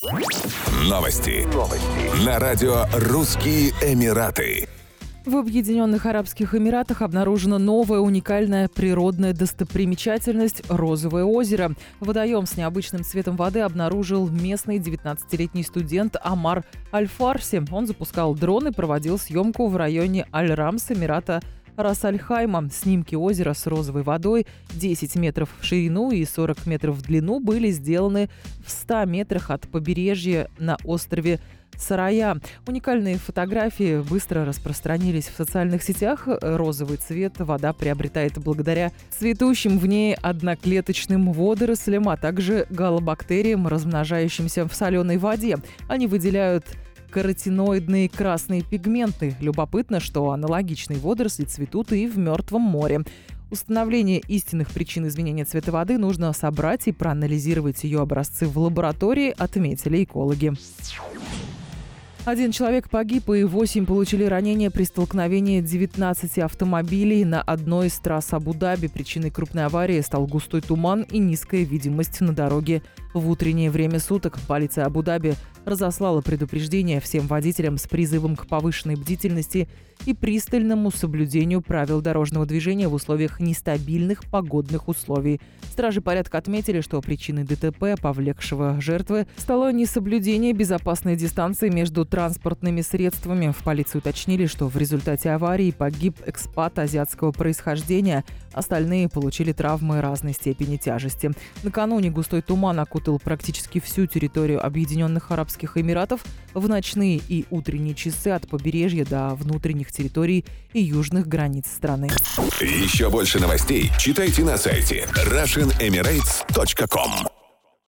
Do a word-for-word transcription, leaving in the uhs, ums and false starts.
Новости. Новости. На радио «Русские Эмираты». В Объединенных Арабских Эмиратах обнаружена новая уникальная природная достопримечательность – Розовое озеро. Водоем с необычным цветом воды обнаружил местный девятнадцатилетний студент Амар Аль-Фарси. Он запускал дрон и проводил съемку в районе Аль-Рамс Эмирата Рас-Аль-Хайма. Снимки озера с розовой водой десять метров в ширину и сорок метров в длину были сделаны в ста метрах от побережья на острове Сарая. Уникальные фотографии быстро распространились в социальных сетях. Розовый цвет вода приобретает благодаря цветущим в ней одноклеточным водорослям, а также галобактериям, размножающимся в соленой воде. Они выделяют каротиноидные красные пигменты. Любопытно, что аналогичные водоросли цветут и в Мертвом море. Установление истинных причин изменения цвета воды нужно собрать и проанализировать ее образцы в лаборатории, отметили экологи. Один человек погиб и восемь получили ранения при столкновении девятнадцати автомобилей на одной из трасс Абу-Даби. Причиной крупной аварии стал густой туман и низкая видимость на дороге. В утреннее время суток полиция Абу-Даби разослала предупреждение всем водителям с призывом к повышенной бдительности и пристальному соблюдению правил дорожного движения в условиях нестабильных погодных условий. Стражи порядка отметили, что причиной ДТП, повлекшего жертвы, стало несоблюдение безопасной дистанции между транспортными средствами. В полиции уточнили, что в результате аварии погиб экспат азиатского происхождения. Остальные получили травмы разной степени тяжести. Накануне густой туман окутал практически всю территорию Объединенных Арабских Эмиратов. В ночные и утренние часы от побережья до внутренних территорий и южных границ страны. Еще больше новостей читайте на сайте Russian Emirates точка ком.